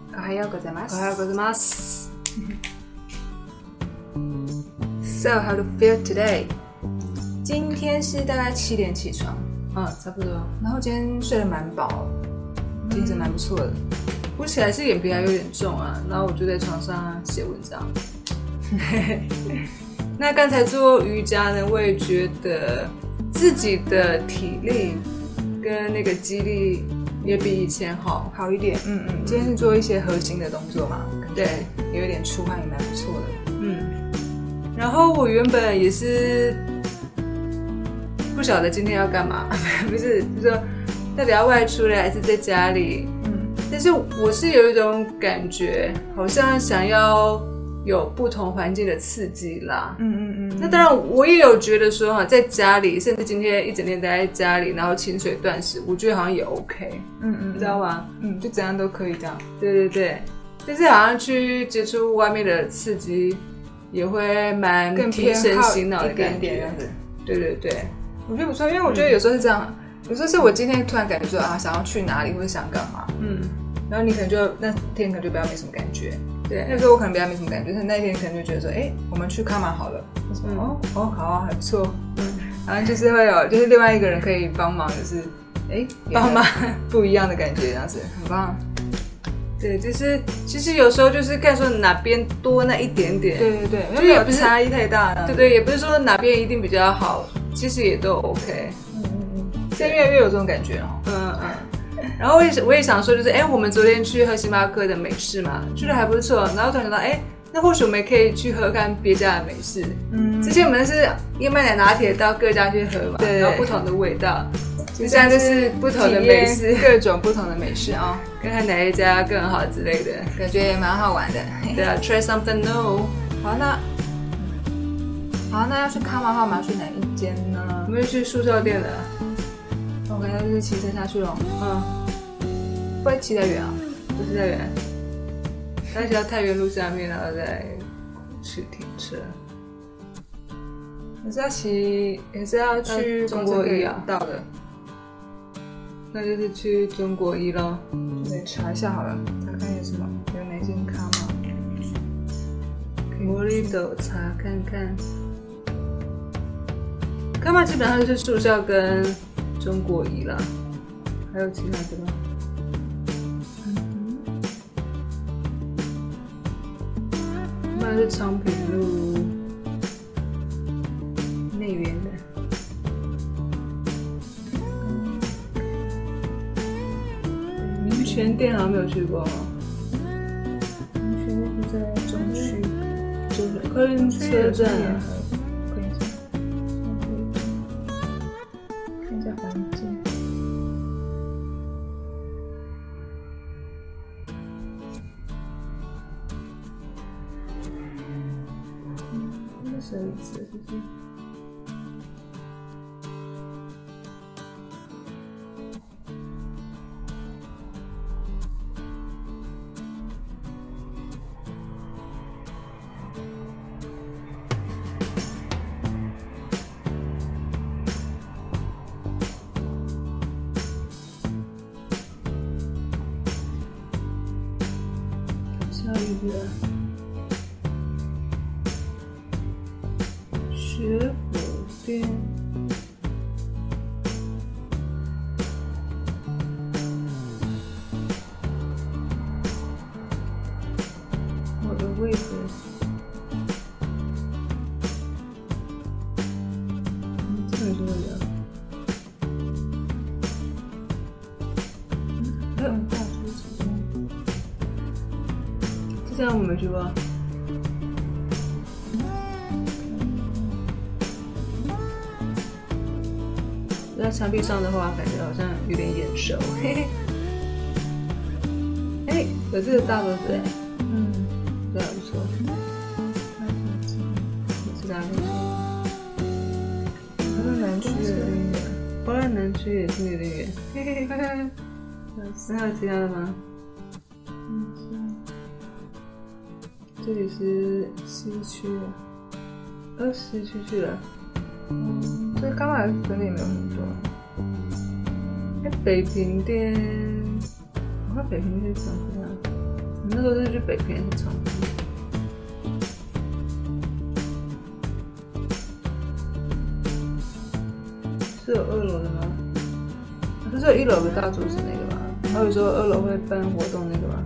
おはようございます。 おはようございます。 So how to feel today? 今天是大概7点起床， 差不多。 然后今天睡得蛮饱，精神蛮不错的。 我起来是眼皮还有点重啊，然后我就在床上写文章。那刚才做瑜伽呢，我也觉得自己的体力跟那个肌力也比以前好一点。 今天是做一些核心的动作嘛，对，有一点出汗也蛮不错的。 然后我原本也是不晓得今天要干嘛，不是，就是说到底要外出呢，还是在家里？但是我是有一种感觉，好像想要有不同环境的刺激啦。那当然，我也有觉得说在家里，甚至今天一整天待在家里，然后清水断食，我觉得好像也 OK。你知道吗？ 就怎样都可以这样。 对，但是好像去接触外面的刺激，也会蛮提神醒脑的感觉。对， 我觉得不错，因为我觉得有时候是这样，有时候是我今天突然感觉说想要去哪里或者想干嘛，然后你可能就那天可能就比较没什么感觉。 对， 那时候我可能比较没什么感觉，但那一天可能就觉得说，我们去看嘛好了。好啊，还不错。然后就是会有，就是另外一个人可以帮忙，就是帮忙不一样的感觉，这样子很棒。 对，就是其实有时候就是看说哪边多那一点点。 对，因为也不是差异太大的。 对，也不是说哪边一定比较好，其实也都 OK。 现在越来越有这种感觉哦。 然后我也想说，就是我们昨天去喝星巴克的美式嘛，去的还不错。然后突然想到，那或许我们可以去喝看别家的美式。之前我们是燕麦奶拿铁到各家去喝嘛，然后不同的味道。现在就是不同的美式， 各种不同的美式看看哪一家更好之类的， 感觉也蛮好玩的。 对啊 ，try something new。 好，那要去看的话，我们要去哪一间呢？ 我们就去速效店了。 OK，那就是骑车下去咯。不会骑太远啊？ 不是太远，但是要太原路下面，然后再去停车。 也是要去中国一啊到的。 那就是去中国一咯。 对，查一下好了，查看有什么，有哪间卡吗？ 魔力斗查看看。卡玛基本上就是速效跟中国一啦，还有其他的吗？那是昌平路内园的。民权店好像没有去过。 民权店是在中区， 客运车站。 看一下环境。 这是椅子，是不是？下一个。学府店，我的位置，这里是哪里啊？ 大出其中， 这家我没去过。在墙壁上的话，感觉好像有点眼熟。有这个大桌子对，还不错。是哪里？ 好像南区有点远， 花莲南区也是有点远。还有其他的吗？这里是西区了，西区去了。 所以刚来人也没有很多。 北平店，我看北平店长这样。 那时候是去北平还是长滨？是有2楼的吗？不是有1楼有个大桌子那个吗？还有说2楼会办活动那个吗？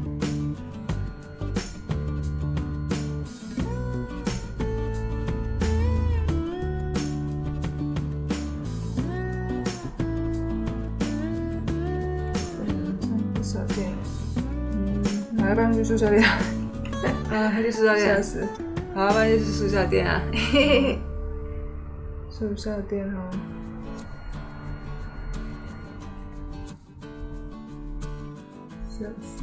宿舍店，要不然去宿舍店？ 还去宿舍店？ 笑死！ 好，要不然就去宿舍店啊！ 宿舍店哦。笑死！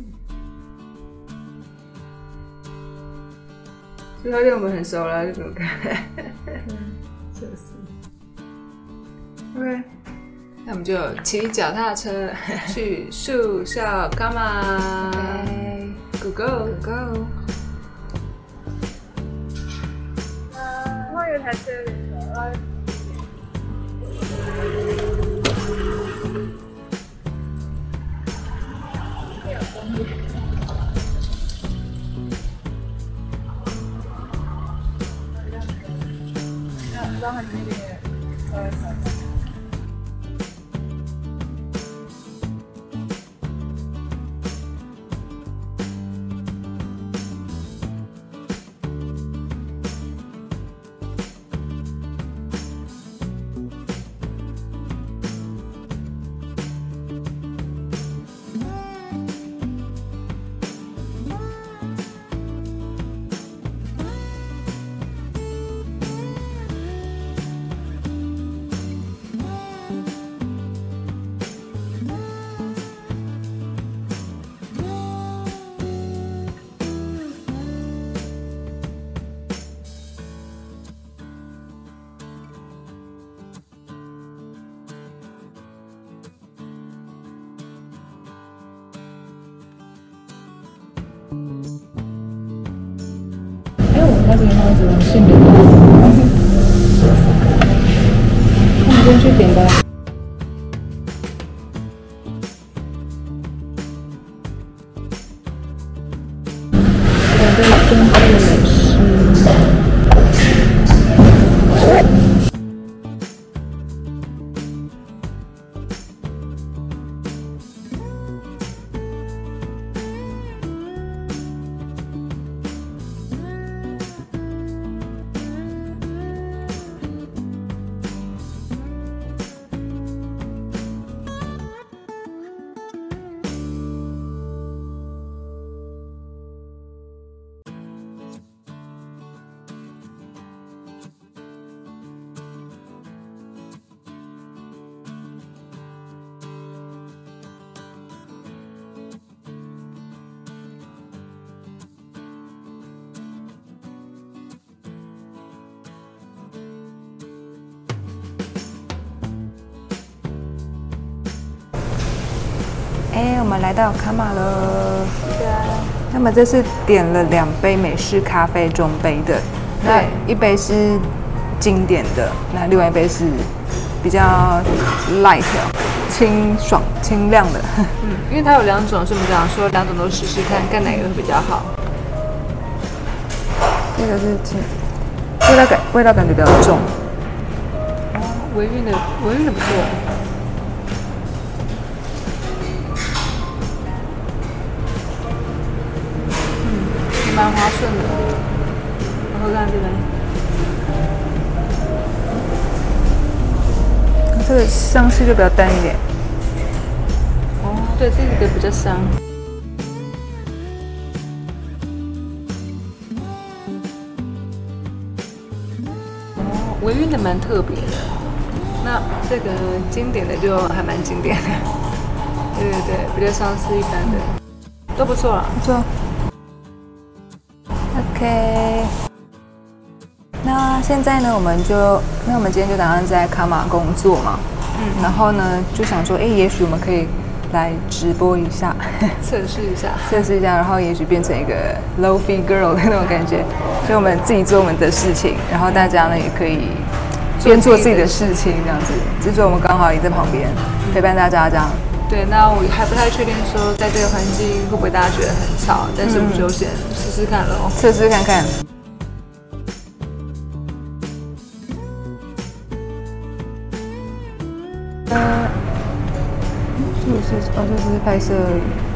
宿舍店我们很熟了，就不用看。 笑死 OK， 那我们就骑脚踏车去宿校干嘛 ？Go go go！ 后面有台车有点走。然后那边那边那种性别，那我们先去点吧。我在中国美食。 我们来到卡玛了。 对啊。 那么这次点了2杯美式咖啡中杯的，那一杯是经典的，那另外一杯是比较 light 清爽清亮的。 因为它有2种，所以我们想说2种都试试看哪个会比较好。 这个是清，味道感觉比较重。 维韵的不错。蛮滑顺的，我喝看这边。 这个香气就比较淡一点。 哦，对，这个比较香。哦，维韵的蛮特别的，那这个经典的就还蛮经典的。对对对，比较像是一般的，都不错啦， 不错。OK， 那现在呢，我们今天就打算在卡玛工作嘛，然后呢就想说，也许我们可以来直播一下， 测试一下， 然后也许变成一个 low-fi girl 的那种感觉，就我们自己做我们的事情，然后大家呢也可以边做自己的事情这样子，只是我们刚好也在旁边陪伴大家这样。 对，那我还不太确定说在这个环境会不会大家觉得很吵，但是我们就先试试看咯， 测试看看。这是拍摄而已。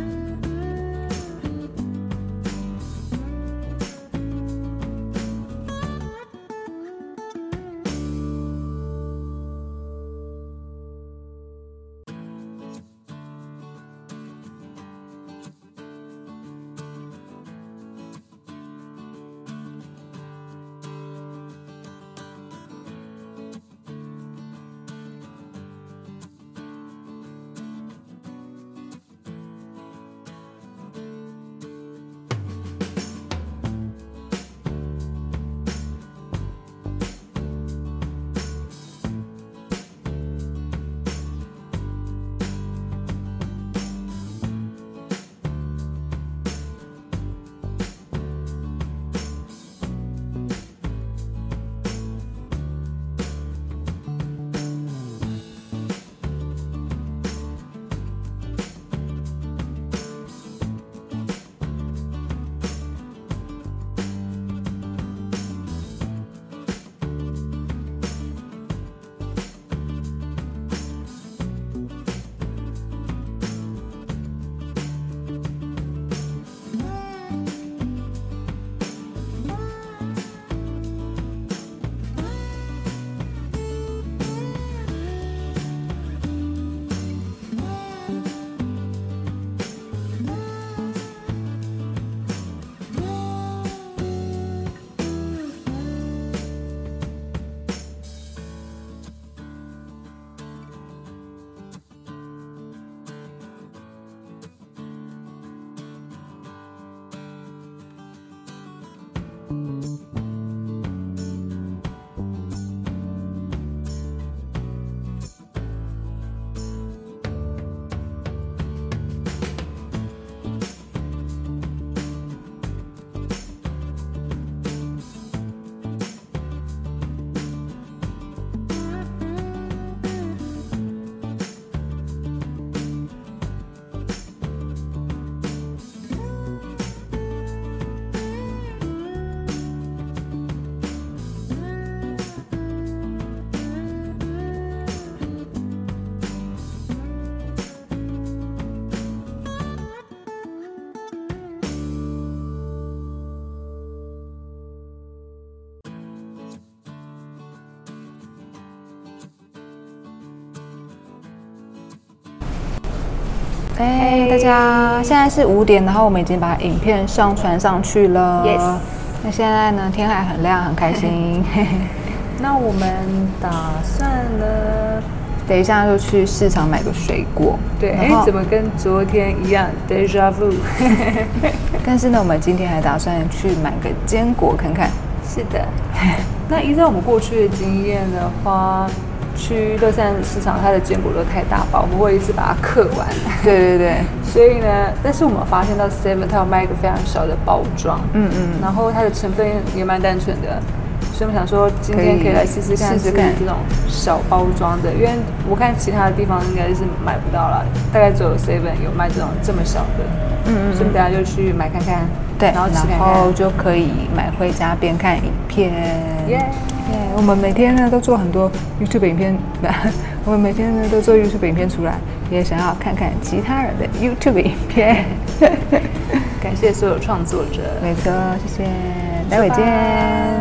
大家现在是5点，然后我们已经把影片上传上去了。 Yes。 那现在呢，天还很亮，很开心。 那我们打算呢， 等一下就去市场买个水果。 对，怎么跟昨天一样 ，déjà vu？ 但是呢，我们今天还打算去买个坚果看看。 是的。那依照我们过去的经验的话，去乐善市场，它的坚果都太大包，我们会一次把它嗑完。 对。 所以呢，但是我们发现到 Seven 它有卖一个非常小的包装，然后它的成分也蛮单纯的，所以我们想说今天可以来试试看，是这种小包装的，因为我看其他的地方应该是买不到了，大概只有 Seven 有卖这种这么小的，所以我们等下就去买看看， 对， 然后吃看看， 然后就可以买回家边看影片。我们每天呢都做很多 YouTube 影片，我们每天呢都做 YouTube 影片出来，也想要看看其他人的 YouTube 影片。 感谢所有创作者， 没错，谢谢，待会见。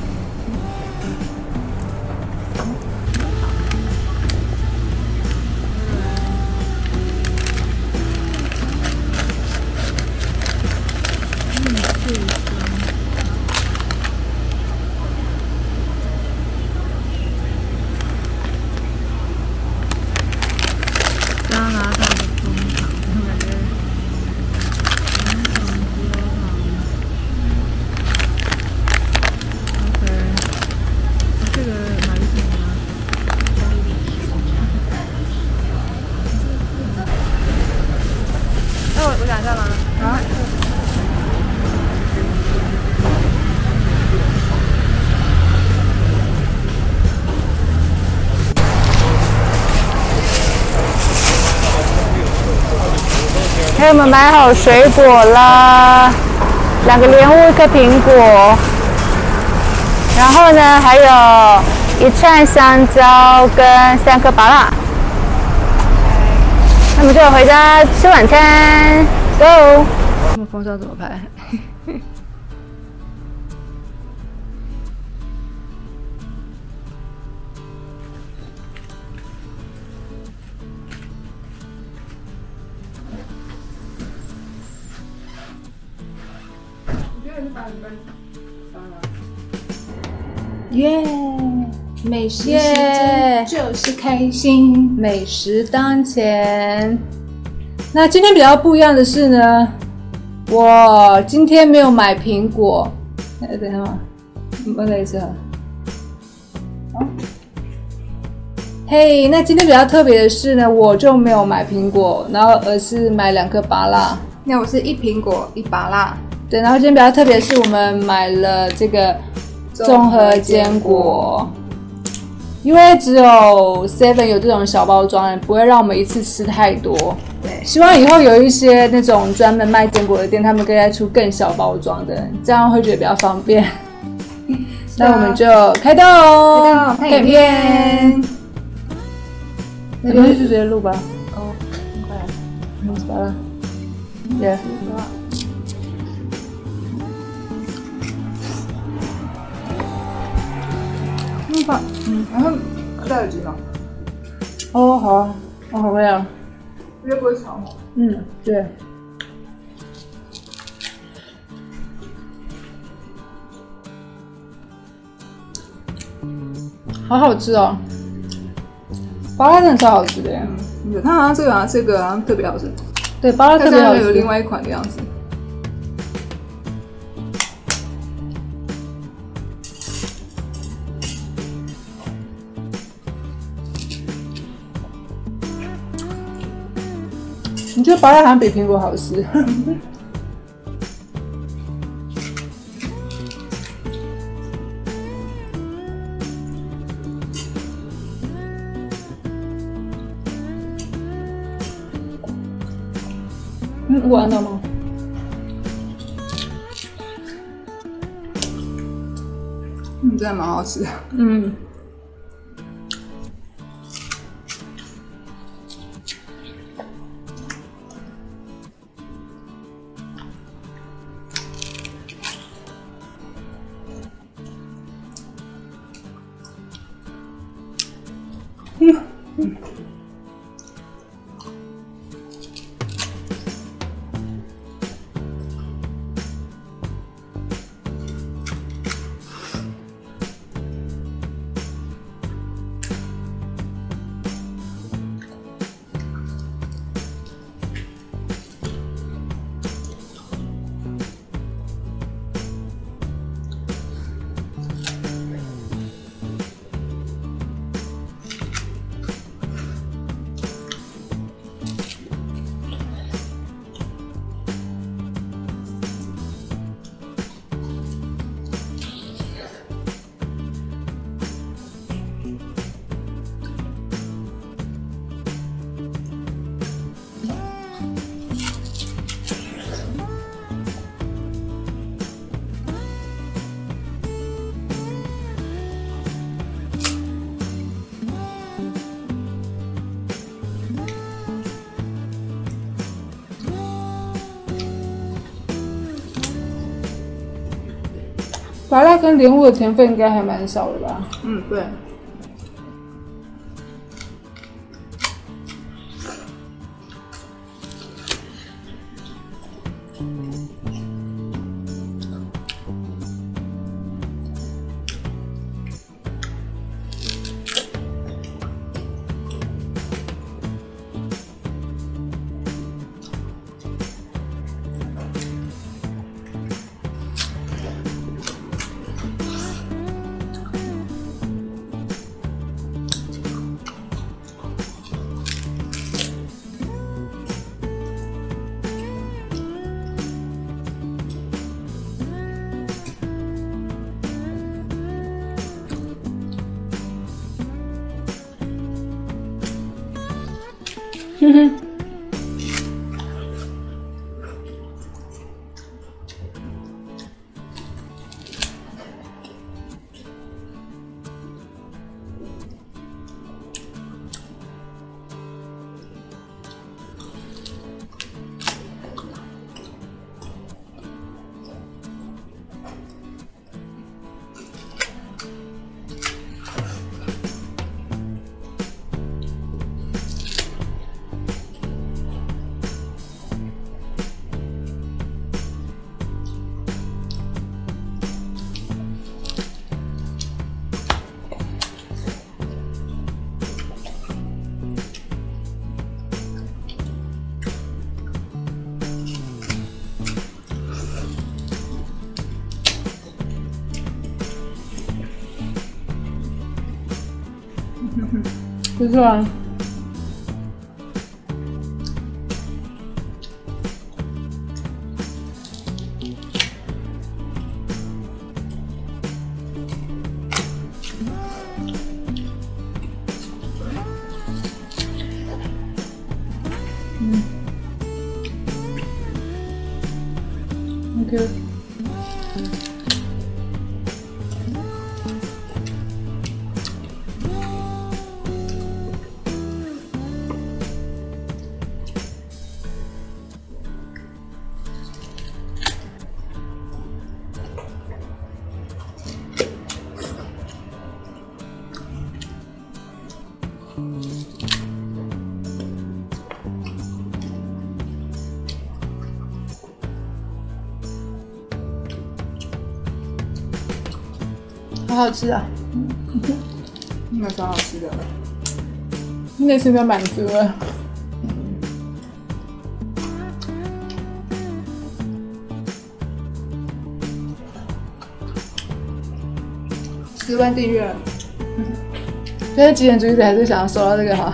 我想一下吗？ 还有我们买好水果啦，2个莲雾，1颗苹果，然后呢还有1串香蕉跟3颗芭乐。那么就回家吃晚餐 ，Go！ 那么风扇怎么拍？耶！美食时间就是开心，美食当前。那今天比较不一样的是呢，我今天没有买苹果。等一下嘛，我再一次哈。嘿，那今天比较特别的是呢，我就没有买苹果，然后而是买2颗芭乐。 那我是1苹果1芭乐。 对，然后今天比较特别的是，我们买了这个综合坚果。因为只有 Seven 有这种小包装，不会让我们一次吃太多。 对， 希望以后有一些那种专门卖坚果的店，他们可以再出更小包装的，这样会觉得比较方便。那我们就开动， 看影片。 那边就直接录吧。 哦，很快。 好了。耶。 然后戴耳机吗？ 哦，好啊，哦，好累啊。 应该不会吵。 对。好好吃哦，芭乐真的超好吃的耶。 有它好像这个好像特别好吃。 对，芭乐特别好吃。 有另外一款的样子。 你觉得芭乐好像比苹果好吃？我按到吗？ 真的蛮好吃的。 芭乐跟莲雾的甜分应该还蛮少的吧？ 对。 不错啊。OK。好好吃啊！ 那超好吃的， 应该是比较满足了。 10万订阅了， 但是极简主义者还是想要收到这个哈。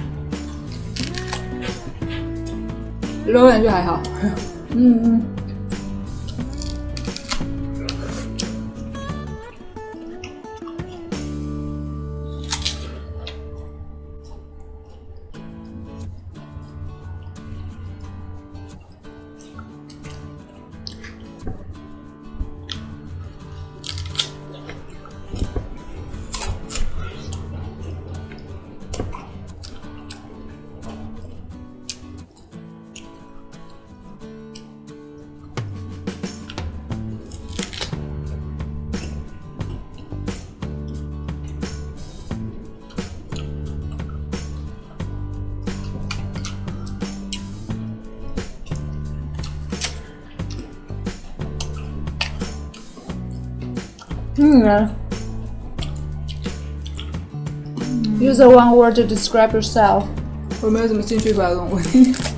留言就还好。 嗯。Use a one word to describe yourself. 我没有什么兴趣发论文。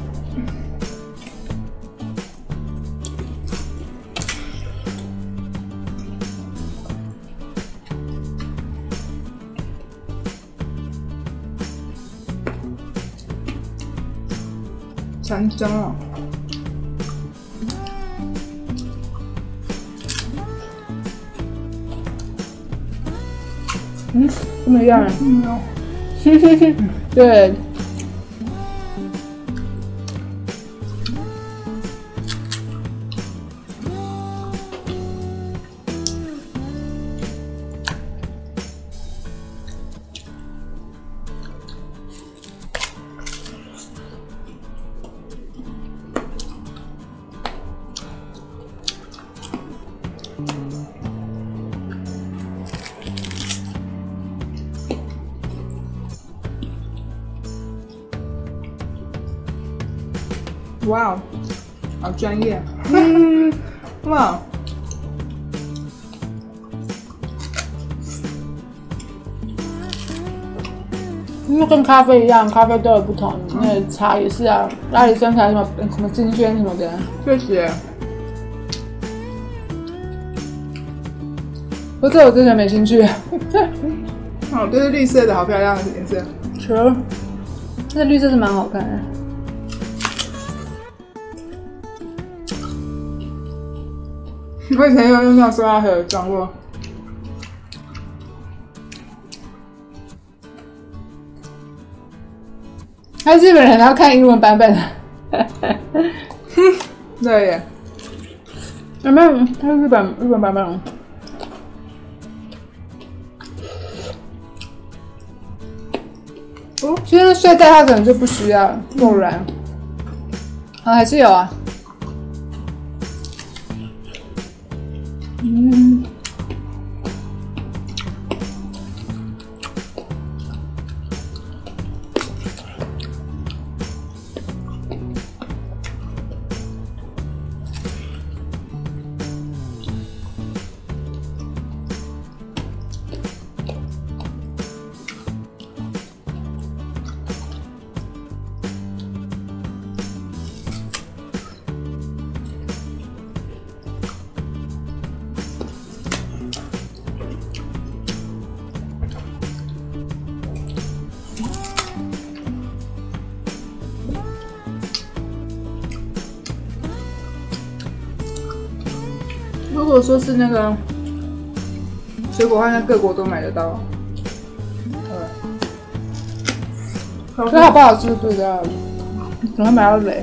残香啊！ 不一样。 没有。 对。 哇哦，好专业！哇， 因为跟咖啡一样，咖啡都有不同，那茶也是啊，阿里山茶什么金萱什么的， 确实。 不过这我真的没兴趣。 哦，这是绿色的，好漂亮的颜色。 是，这绿色是蛮好看的。 我以前有用上塑料盒装过。 他日本人要看英文版本。 对耶。 有没有？他是日本版本。哦，其实睡袋它可能就不需要够软。啊，还是有啊。 如果说是那个水果的话，各国都买得到。可是好不好吃不知道，可能买到雷。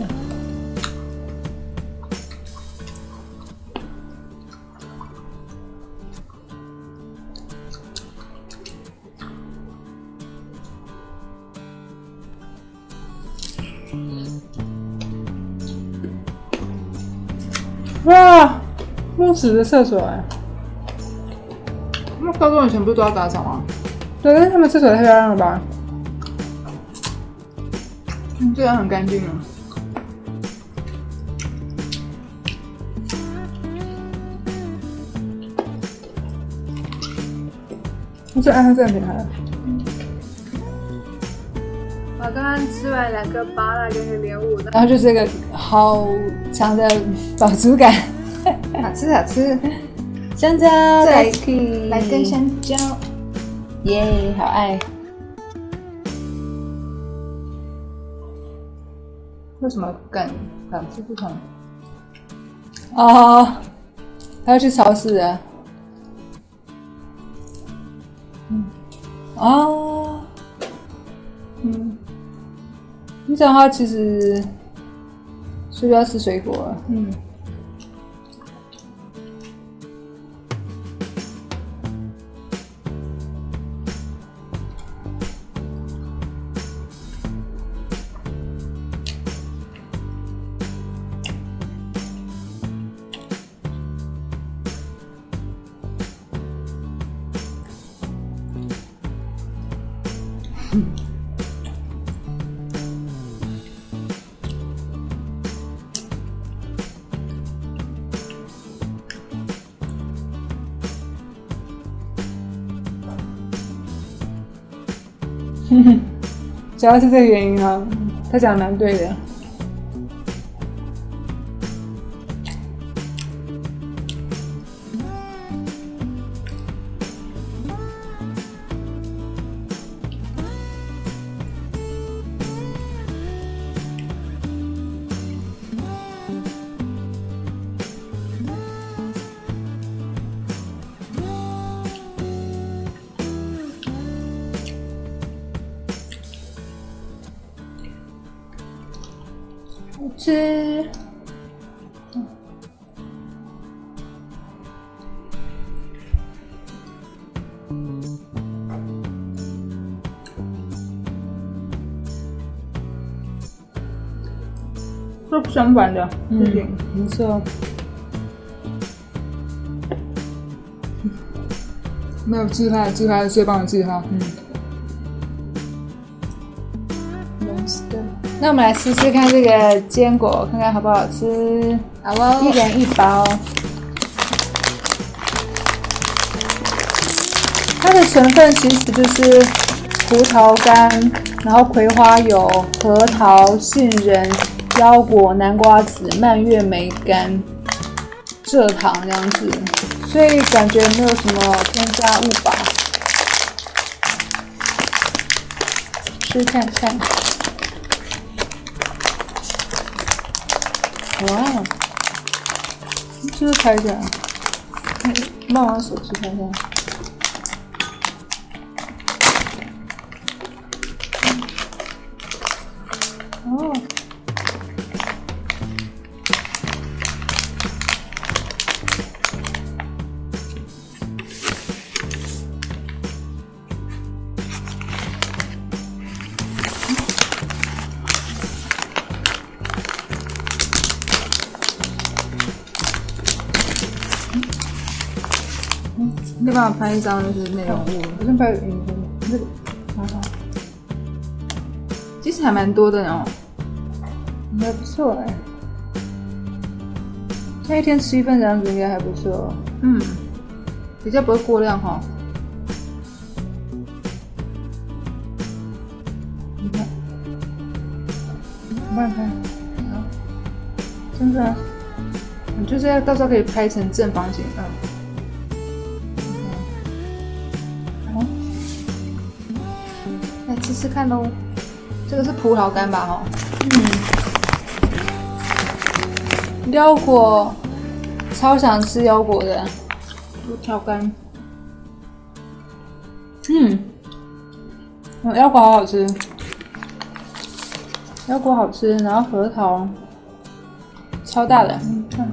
哇，木质的厕所哎！那高中以前不是都要打扫吗？对，但是他们厕所太漂亮了吧？这样很干净啊。我最爱它这个品牌。 我刚刚吃完2个芭乐跟一个莲雾， 然后就是一个好长的饱足感，好吃好吃。香蕉， 再来根香蕉， 耶，好爱。 为什么感知不同？哦，他要去超市啊。哦，你这样的话其实是不是要吃水果了？主要是这个原因啊，他讲的蛮对的。吃，都相反的，没错。没有计划，计划是最棒的计划。那我们来吃吃看这个坚果，看看好不好吃。 好哦， 一人1包。它的成分其实就是葡萄干，然后葵花油、核桃、杏仁、腰果、南瓜子、蔓越莓干、蔗糖这样子，所以感觉没有什么添加物吧。吃看看。哇，这个开起来，帮我手机看一下。哦，没办法拍一张就是内容物，我先拍影片，这个好好，其实还蛮多的哦，还不错哎，他一天吃1份这样子应该还不错，比较不会过量哈。你看，慢拍，好，真的，你就是要到时候可以拍成正方形啊。来吃吃看喽，这个是葡萄干吧？哈，腰果、 超想吃腰果的，都挑干。腰果好好吃，腰果好吃，然后核桃超大的，看。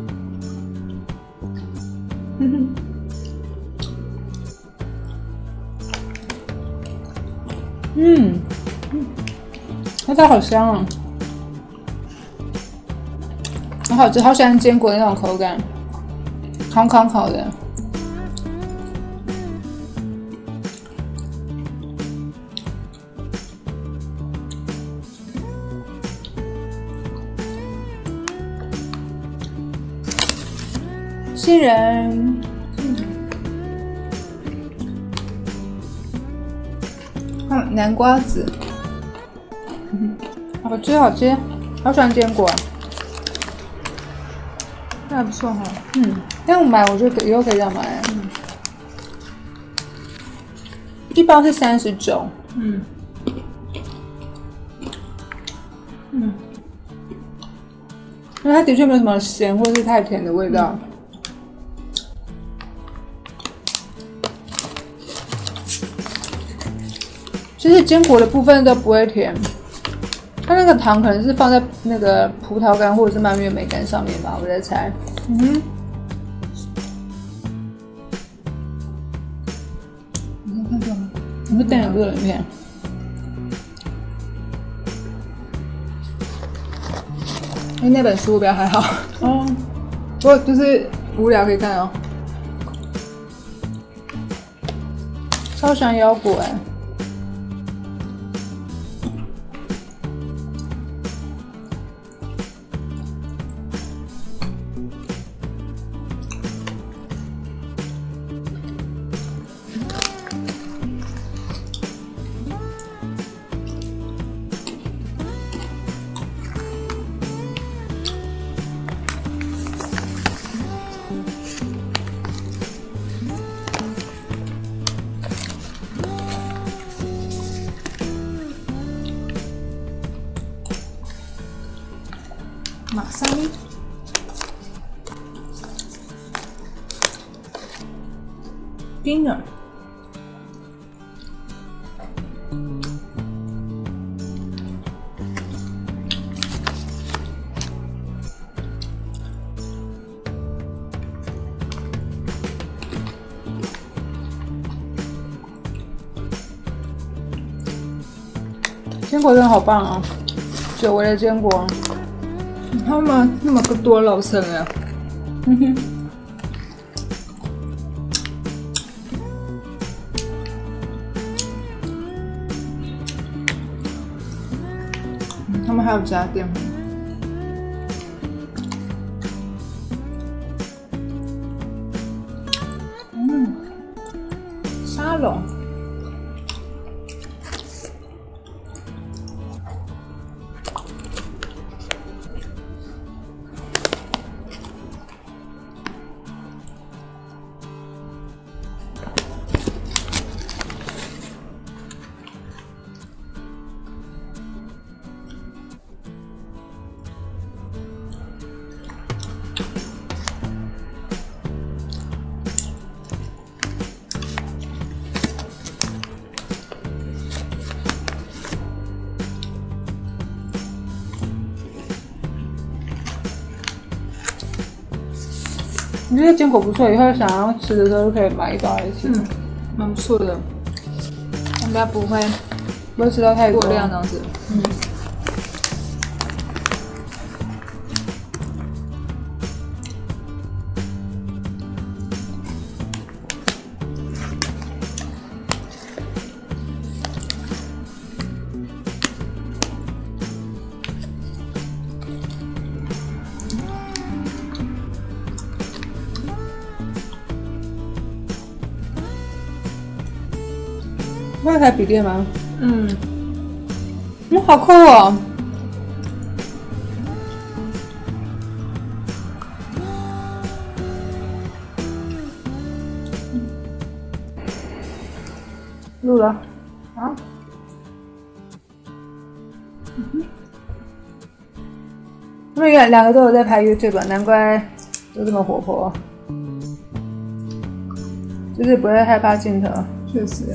核桃好香啊，好好吃，好喜欢坚果的那种口感，烤的。杏仁，南瓜子，好吃，好喜欢坚果， 那还不错哈。 这样买我就以后可以这样买。一包是39。因为它的确没有什么咸或是太甜的味道。其实坚果的部分都不会甜，它那个糖可能是放在那个葡萄干或者是蔓越莓干上面吧，我在猜。你看这吗？你会带很多人片。 那本书我比较还好。不过就是无聊可以看哦。 超喜欢腰果马萨咪，冰耳， 坚果真的好棒啊！久违的坚果。 他们那么多肉层啊！他们还有加淀粉。沙龙。 我觉得坚果不错，以后想要吃的时候就可以买一包来吃。 蛮不错的，应该不会吃到太多过量这样子。 那台笔电吗？好酷哦！录了啊！因为两个都有在拍 YouTube，难怪都这么活泼，就是不会害怕镜头。 确实。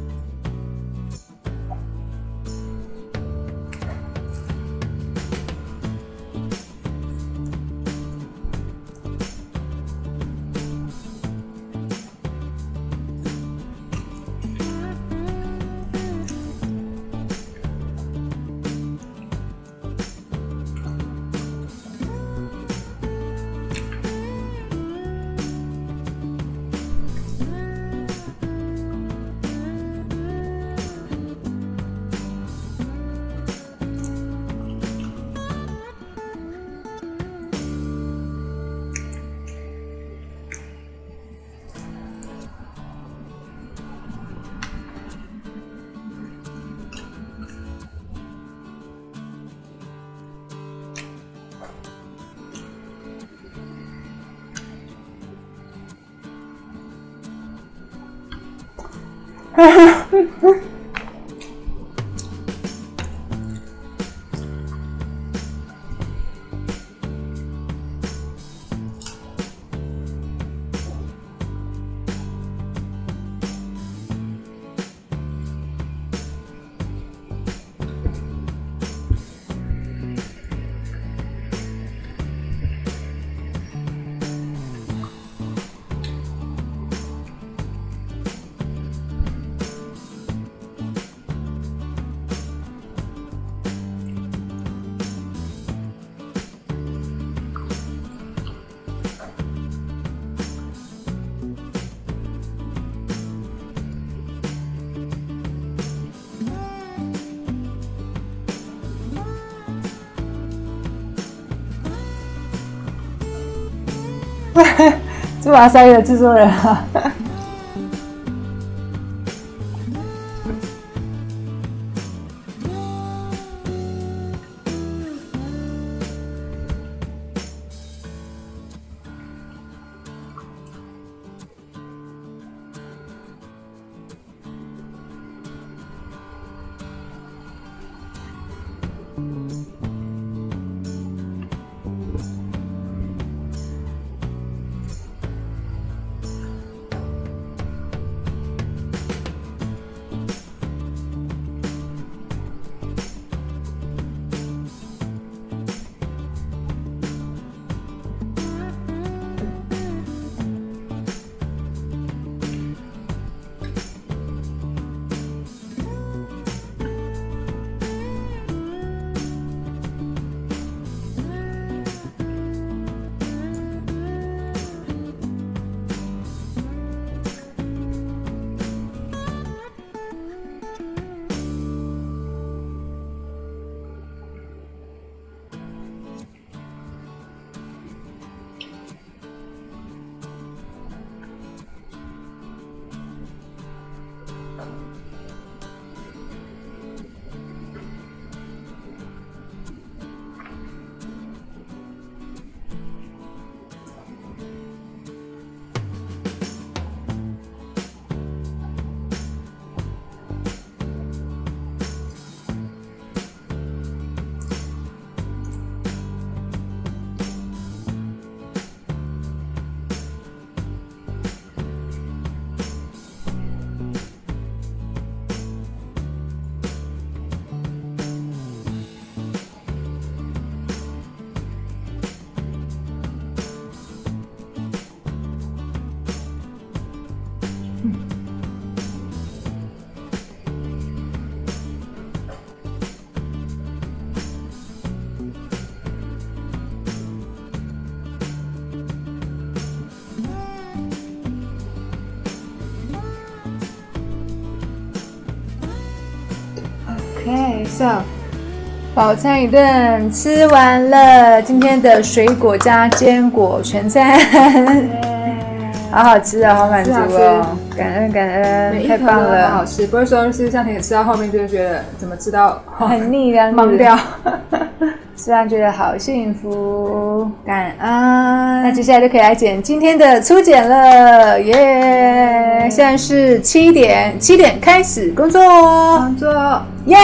是瓦萨伊的制作人啊。OK， so 饱餐一顿吃完了今天的水果加坚果全餐，好好吃哦，好满足哦，感恩感恩，太棒了， 好吃，不会说是像甜吃到后面就会觉得怎么吃到很腻这样子， 懵掉， 吃完觉得好幸福，感恩。那接下来就可以来剪今天的初剪了，耶！现在是7点开始工作哦， 工作， 耶！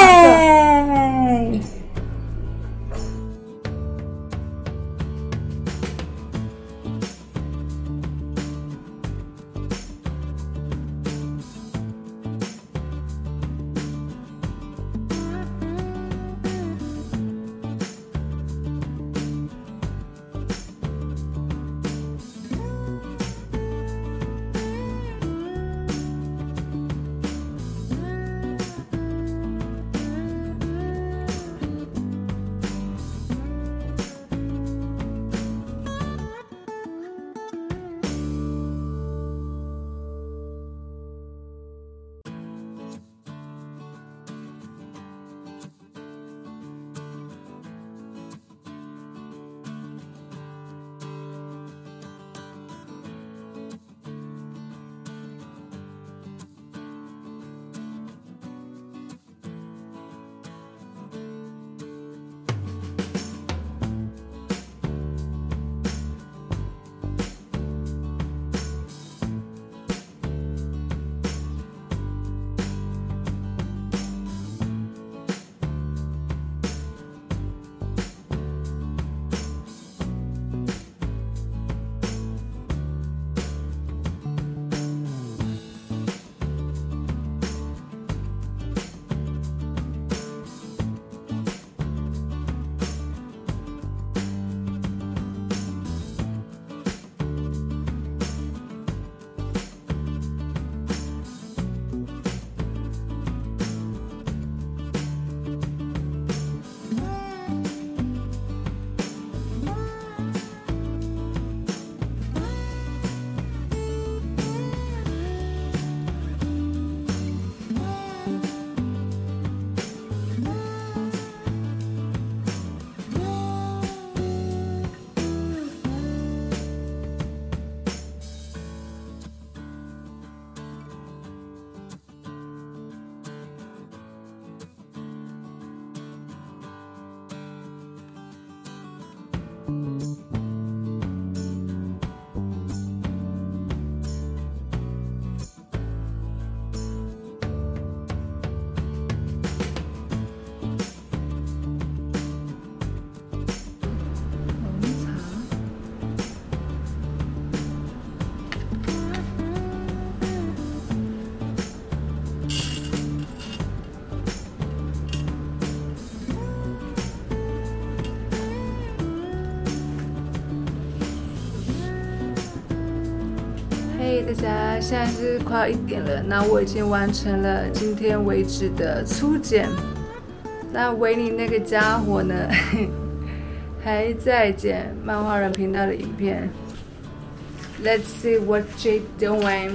嘿，大家，现在是快要1点了，那我已经完成了今天为止的粗剪。那维尼那个家伙呢，还在剪漫画人频道的影片。Let's see what Jake doing。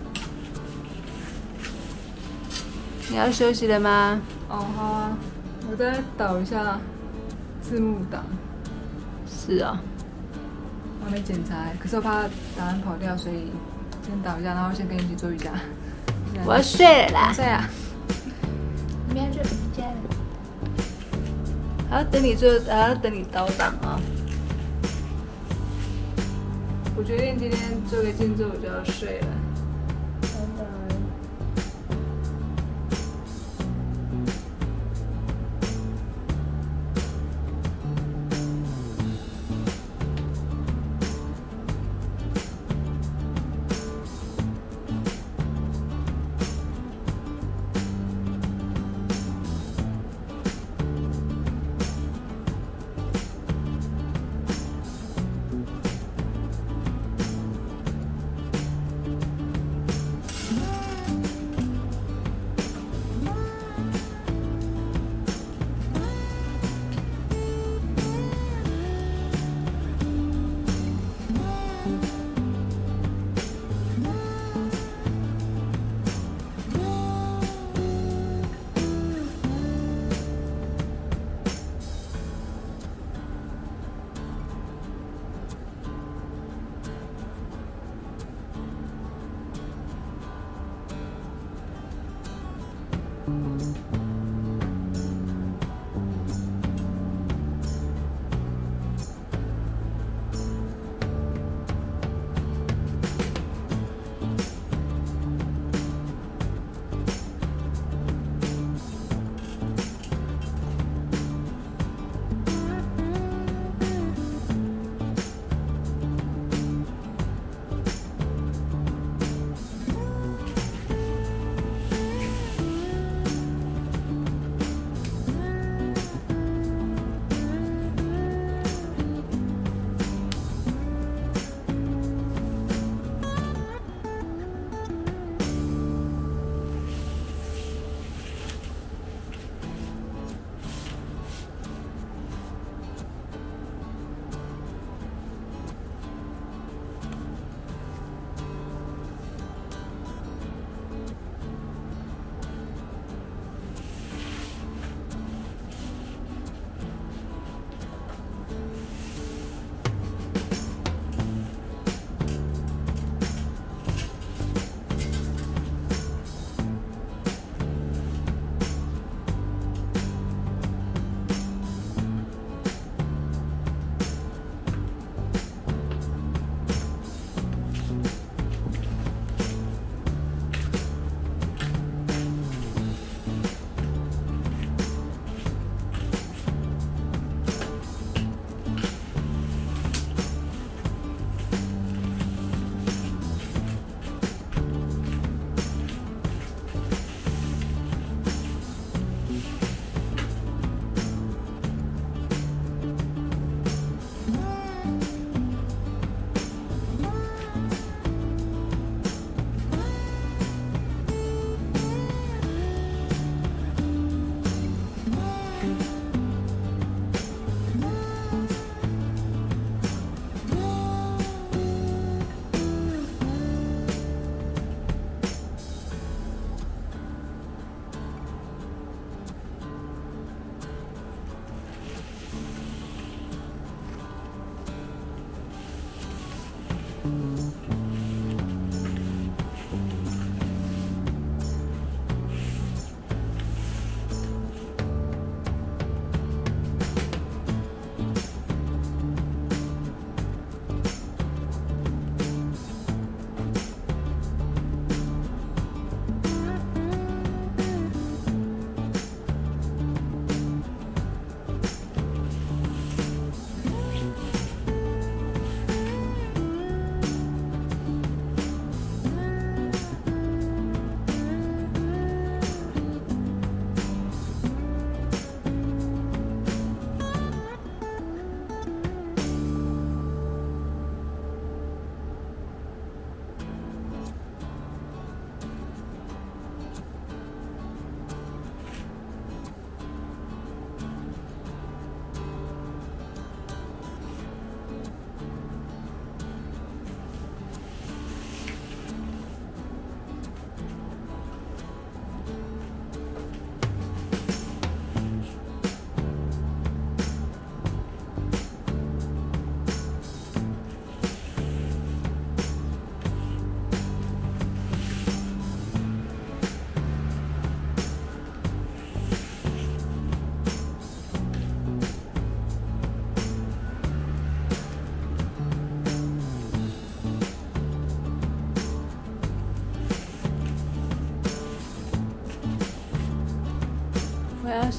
你要休息了吗？ 哦，好啊，我再导一下字幕档。 是啊， 我还没检查，可是我怕答案跑掉，所以先导一下，然后先跟你一起做瑜伽。 我要睡了啦。 睡啊！ 明天就瑜伽了。 还要等你倒档啊。 我决定今天做个静坐，我就要睡了。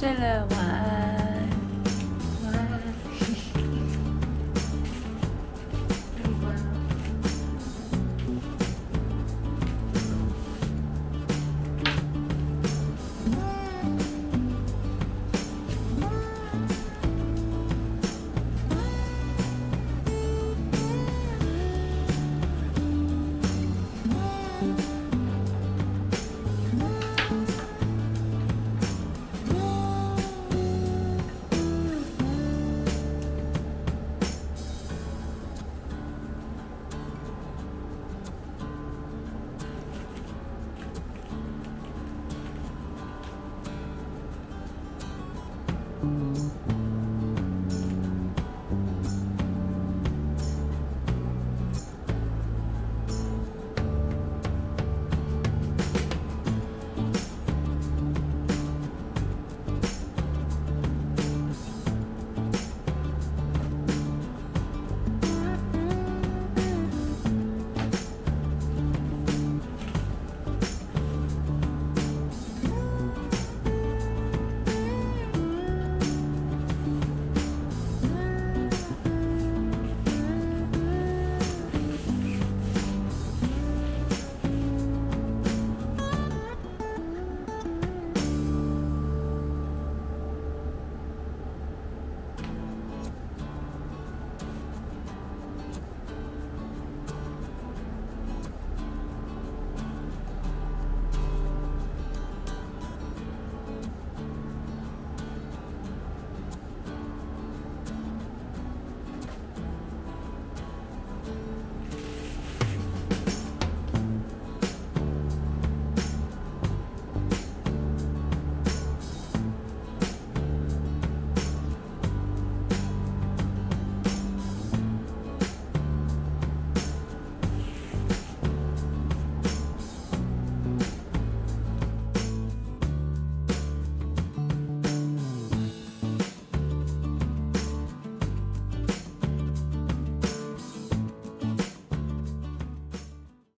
睡了，晚